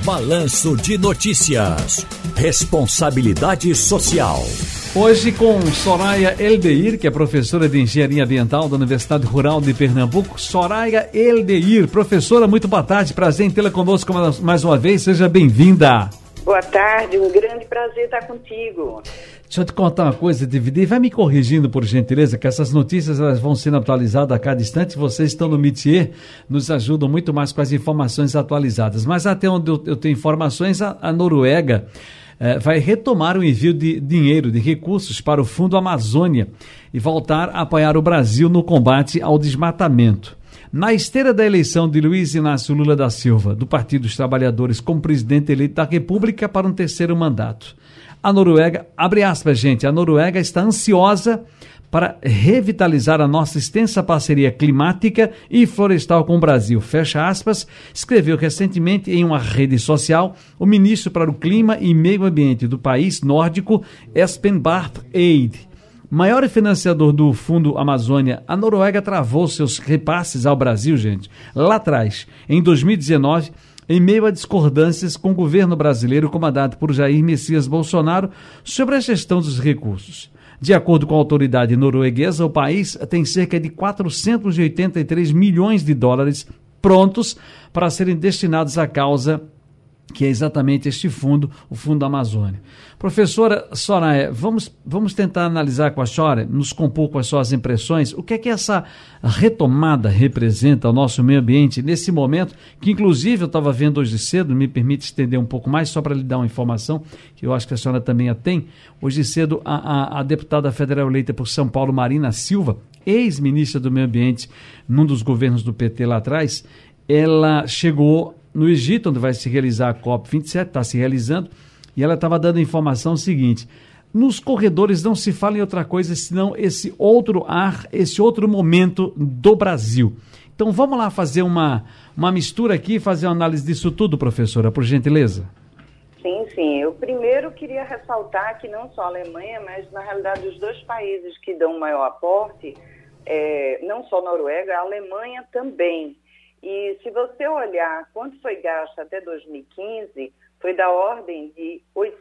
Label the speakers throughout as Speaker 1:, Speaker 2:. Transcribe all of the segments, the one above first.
Speaker 1: Balanço de Notícias. Responsabilidade social.
Speaker 2: Hoje com Soraya Eldeir, que é professora de Engenharia Ambiental da Universidade Rural de Pernambuco. Soraya Eldeir, professora, muito boa tarde, prazer em tê-la conosco mais uma vez, seja bem-vinda.
Speaker 3: Boa tarde, um grande prazer estar contigo.
Speaker 2: Deixa eu te contar uma coisa, DVD, vai me corrigindo por gentileza, que essas notícias elas vão sendo atualizadas a cada instante, vocês estão no métier, nos ajudam muito mais com as informações atualizadas. Mas até onde eu tenho informações, a Noruega vai retomar o envio de dinheiro, de recursos para o Fundo Amazônia e voltar a apoiar o Brasil no combate ao desmatamento. Na esteira da eleição de Luiz Inácio Lula da Silva, do Partido dos Trabalhadores, como presidente eleito da República para um terceiro mandato, a Noruega, abre aspas, gente, a Noruega está ansiosa para revitalizar a nossa extensa parceria climática e florestal com o Brasil, fecha aspas, escreveu recentemente em uma rede social o ministro para o Clima e Meio Ambiente do país nórdico, Espen Barth Eide. Maior financiador do Fundo Amazônia, a Noruega travou seus repasses ao Brasil, gente, lá atrás, em 2019, em meio a discordâncias com o governo brasileiro comandado por Jair Messias Bolsonaro sobre a gestão dos recursos. De acordo com a autoridade norueguesa, o país tem cerca de 483 milhões de dólares prontos para serem destinados à causa que é exatamente este fundo, o Fundo Amazônia. Professora Soraya, vamos tentar analisar com a senhora, nos compor com as suas impressões, o que é que essa retomada representa ao nosso meio ambiente nesse momento, que inclusive eu estava vendo hoje cedo, me permite estender um pouco mais, só para lhe dar uma informação, que eu acho que a senhora também a tem. Hoje cedo, a deputada federal eleita por São Paulo, Marina Silva, ex-ministra do Meio Ambiente, num dos governos do PT lá atrás, ela chegou no Egito, onde vai se realizar a COP27, está se realizando, e ela estava dando a informação seguinte: nos corredores não se fala em outra coisa senão esse outro ar, esse outro momento do Brasil. Então vamos lá fazer uma mistura aqui, fazer uma análise disso tudo, professora, por gentileza.
Speaker 3: Sim. Eu primeiro queria ressaltar que não só a Alemanha, mas na realidade os dois países que dão maior aporte, não só a Noruega, a Alemanha também. E se você olhar quanto foi gasto até 2015, foi da ordem de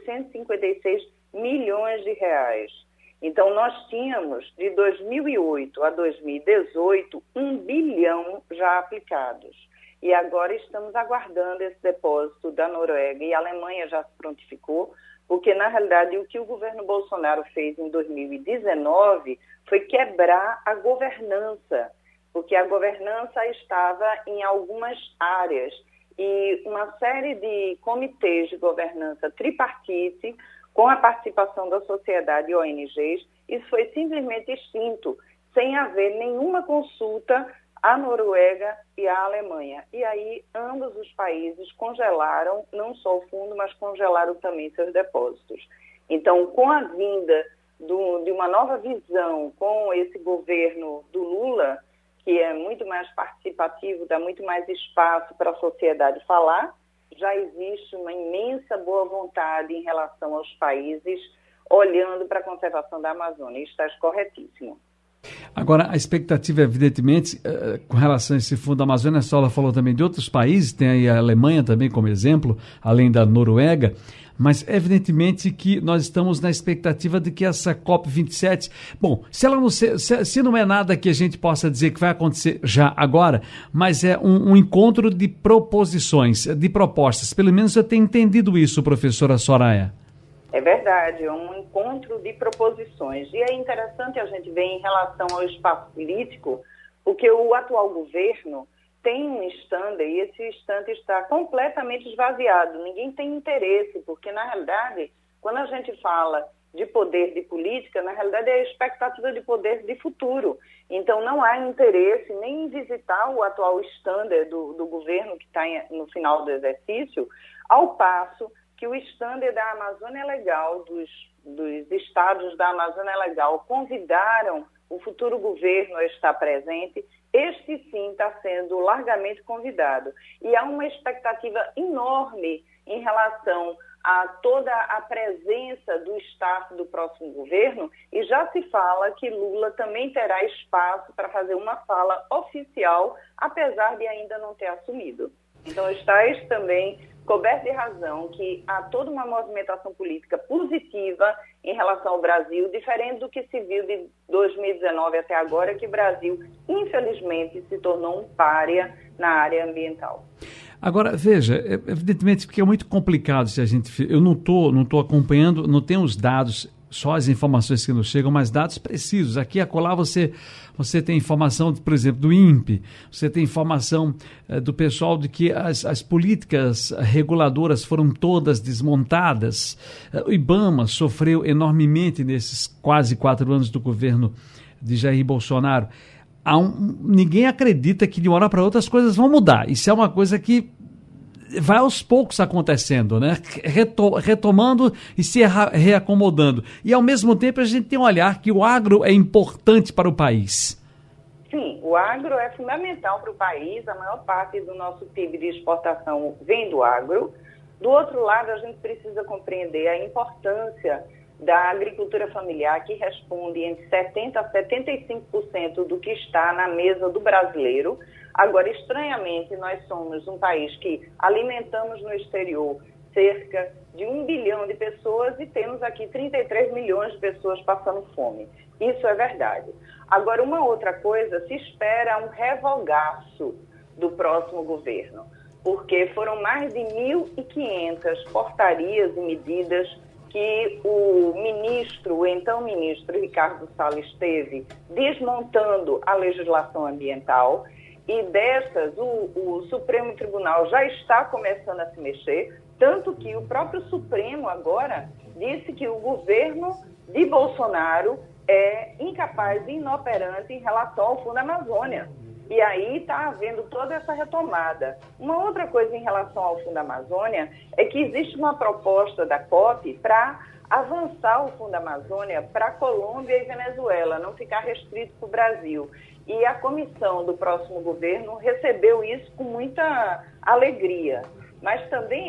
Speaker 3: 856 milhões de reais. Então, nós tínhamos, de 2008 a 2018, 1 bilhão já aplicados. E agora estamos aguardando esse depósito da Noruega, e a Alemanha já se prontificou, porque, na realidade, o que o governo Bolsonaro fez em 2019 foi quebrar a governança, porque a governança estava em algumas áreas e uma série de comitês de governança tripartite, com a participação da sociedade e ONGs, isso foi simplesmente extinto, sem haver nenhuma consulta à Noruega e à Alemanha. E aí, ambos os países congelaram, não só o fundo, mas congelaram também seus depósitos. Então, com a vinda de uma nova visão com esse governo do Lula, que é muito mais participativo, dá muito mais espaço para a sociedade falar, já existe uma imensa boa vontade em relação aos países olhando para a conservação da Amazônia. Isso está corretíssimo.
Speaker 2: Agora, a expectativa, evidentemente, com relação a esse Fundo da Amazônia, a senhora falou também de outros países, tem aí a Alemanha também como exemplo, além da Noruega, mas evidentemente que nós estamos na expectativa de que essa COP27, bom, se não é nada que a gente possa dizer que vai acontecer já agora, mas é um encontro de proposições, de propostas, pelo menos eu tenho entendido isso, professora Soraya.
Speaker 3: É verdade, é um encontro de proposições. E é interessante a gente ver em relação ao espaço político, porque o atual governo tem um stand e esse stand está completamente esvaziado. Ninguém tem interesse, porque, na realidade, quando a gente fala de poder de política, na realidade é a expectativa de poder de futuro. Então, não há interesse nem em visitar o atual stand do governo que está no final do exercício, ao passo que o stand da Amazônia Legal, dos estados da Amazônia Legal, convidaram o futuro governo a estar presente. Este sim está sendo largamente convidado. E há uma expectativa enorme em relação a toda a presença do staff do próximo governo, e já se fala que Lula também terá espaço para fazer uma fala oficial, apesar de ainda não ter assumido. Então, está este também coberto de razão que há toda uma movimentação política positiva em relação ao Brasil, diferente do que se viu de 2019 até agora, que o Brasil, infelizmente, se tornou um pária na área ambiental.
Speaker 2: Agora, veja, evidentemente que é muito complicado se a gente... Eu não tô acompanhando, não tenho os dados, só as informações que nos chegam, mas dados precisos. Aqui e acolá você tem informação, por exemplo, do INPE, você tem informação do pessoal de que as políticas reguladoras foram todas desmontadas. O IBAMA sofreu enormemente nesses quase 4 anos do governo de Jair Bolsonaro. Ninguém acredita que de uma hora para outra as coisas vão mudar. Isso é uma coisa que vai aos poucos acontecendo, né? Retomando e se reacomodando. E, ao mesmo tempo, a gente tem um olhar que o agro é importante para o país.
Speaker 3: Sim, o agro é fundamental para o país. A maior parte do nosso PIB de exportação vem do agro. Do outro lado, a gente precisa compreender a importância da agricultura familiar, que responde entre 70% a 75% do que está na mesa do brasileiro. Agora, estranhamente, nós somos um país que alimentamos no exterior cerca de 1 bilhão de pessoas e temos aqui 33 milhões de pessoas passando fome. Isso é verdade. Agora, uma outra coisa, se espera um revogaço do próximo governo, porque foram mais de 1.500 portarias e medidas que o então ministro Ricardo Salles teve desmontando a legislação ambiental, e dessas o Supremo Tribunal já está começando a se mexer, tanto que o próprio Supremo agora disse que o governo de Bolsonaro é incapaz e inoperante em relação ao Fundo Amazônia. E aí está havendo toda essa retomada. Uma outra coisa em relação ao Fundo Amazônia é que existe uma proposta da COP para avançar o Fundo Amazônia para Colômbia e Venezuela, não ficar restrito para o Brasil. E a comissão do próximo governo recebeu isso com muita alegria. Mas também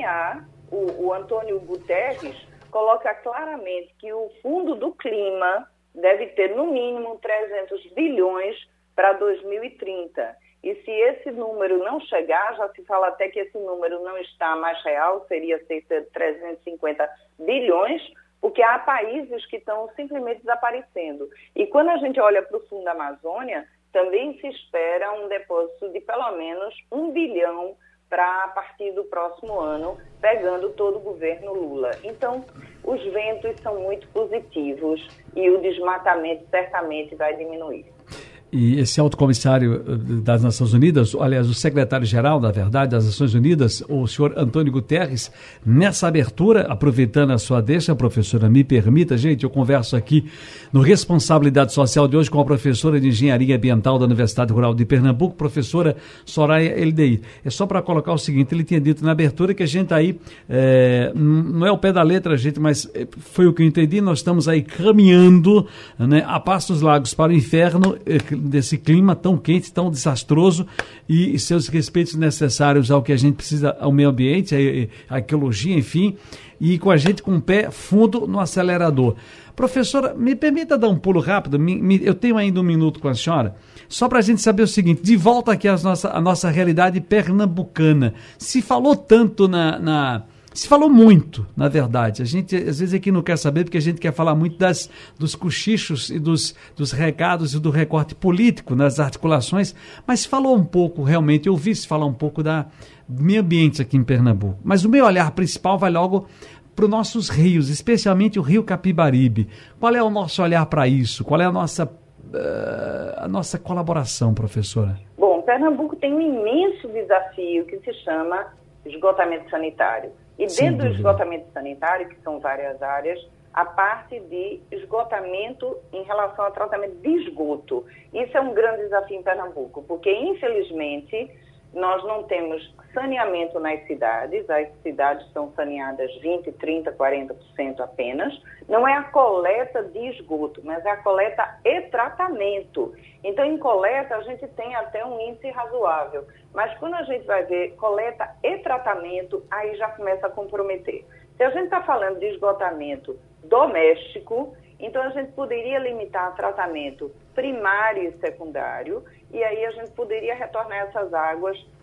Speaker 3: o Antônio Guterres coloca claramente que o Fundo do Clima deve ter no mínimo 300 bilhões para 2030. E se esse número não chegar, já se fala até que esse número não está mais real, seria cerca de 350 bilhões, porque há países que estão simplesmente desaparecendo. E quando a gente olha para o Fundo da Amazônia, também se espera um depósito de pelo menos 1 bilhão para a partir do próximo ano, pegando todo o governo Lula. Então, os ventos são muito positivos e o desmatamento certamente vai diminuir.
Speaker 2: E esse alto comissário das Nações Unidas, aliás, o secretário-geral, na verdade, das Nações Unidas, o senhor Antônio Guterres, nessa abertura, aproveitando a sua deixa, professora, me permita, gente, eu converso aqui no Responsabilidade Social de hoje com a professora de Engenharia Ambiental da Universidade Rural de Pernambuco, professora Soraya Eldeir. É só para colocar o seguinte, ele tinha dito na abertura que a gente aí, não é o pé da letra, gente, mas foi o que eu entendi, nós estamos aí caminhando, né, a passos largos para o inferno, desse clima tão quente, tão desastroso e seus respeitos necessários ao que a gente precisa, ao meio ambiente, à ecologia, enfim, e com a gente com o pé fundo no acelerador. Professora, me permita dar um pulo rápido, eu tenho ainda 1 minuto com a senhora, só para a gente saber o seguinte, de volta aqui à nossa realidade pernambucana, se falou tanto se falou muito, na verdade. A gente, às vezes, aqui não quer saber, porque a gente quer falar muito dos cochichos e dos recados e do recorte político nas articulações, mas se falou um pouco, realmente, eu ouvi se falar um pouco do meio ambiente aqui em Pernambuco. Mas o meu olhar principal vai logo para os nossos rios, especialmente o Rio Capibaribe. Qual é o nosso olhar para isso? Qual é a nossa colaboração, professora?
Speaker 3: Bom, Pernambuco tem um imenso desafio que se chama esgotamento sanitário. E dentro do esgotamento sanitário, que são várias áreas, a parte de esgotamento em relação ao tratamento de esgoto. Isso é um grande desafio em Pernambuco, porque, infelizmente, nós não temos saneamento nas cidades. As cidades são saneadas 20%, 30%, 40% apenas. Não é a coleta de esgoto, mas é a coleta e tratamento. Então, em coleta, a gente tem até um índice razoável. Mas quando a gente vai ver coleta e tratamento, aí já começa a comprometer. Se a gente está falando de esgotamento doméstico, então a gente poderia limitar tratamento primário e secundário, e aí a gente poderia retornar essas águas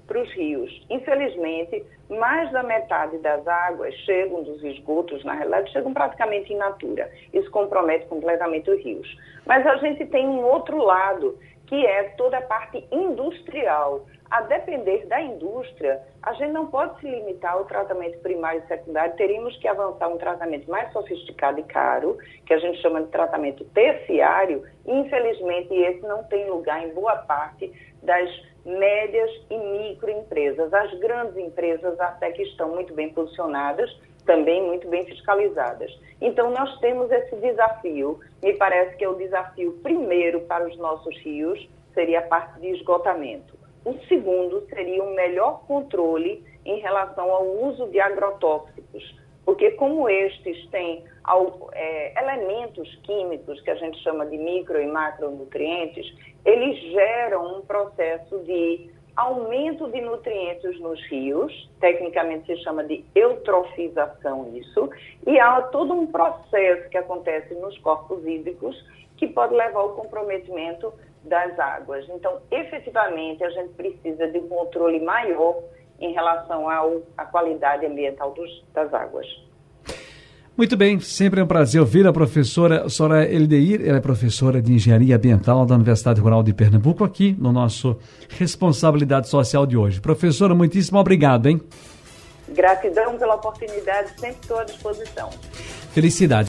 Speaker 3: para os rios. Infelizmente, mais da metade das águas chegam dos esgotos, na realidade, chegam praticamente in natura. Isso compromete completamente os rios. Mas a gente tem um outro lado, que é toda a parte industrial. A depender da indústria, a gente não pode se limitar ao tratamento primário e secundário, teríamos que avançar um tratamento mais sofisticado e caro, que a gente chama de tratamento terciário, e infelizmente esse não tem lugar em boa parte das médias e microempresas. As grandes empresas até que estão muito bem posicionadas, também muito bem fiscalizadas. Então nós temos esse desafio, me parece que é o desafio primeiro para os nossos rios, seria a parte de esgotamento. O segundo seria um melhor controle em relação ao uso de agrotóxicos, porque como estes têm elementos químicos que a gente chama de micro e macronutrientes, eles geram um processo de aumento de nutrientes nos rios, tecnicamente se chama de eutrofização isso, e há todo um processo que acontece nos corpos hídricos que pode levar ao comprometimento das águas. Então, efetivamente, a gente precisa de um controle maior em relação à qualidade ambiental das águas.
Speaker 2: Muito bem, sempre é um prazer ouvir a professora Soraya Eldeir, ela é professora de Engenharia Ambiental da Universidade Rural de Pernambuco, aqui no nosso Responsabilidade Social de hoje. Professora, muitíssimo obrigado, hein?
Speaker 3: Gratidão pela oportunidade, sempre estou à disposição.
Speaker 2: Felicidade.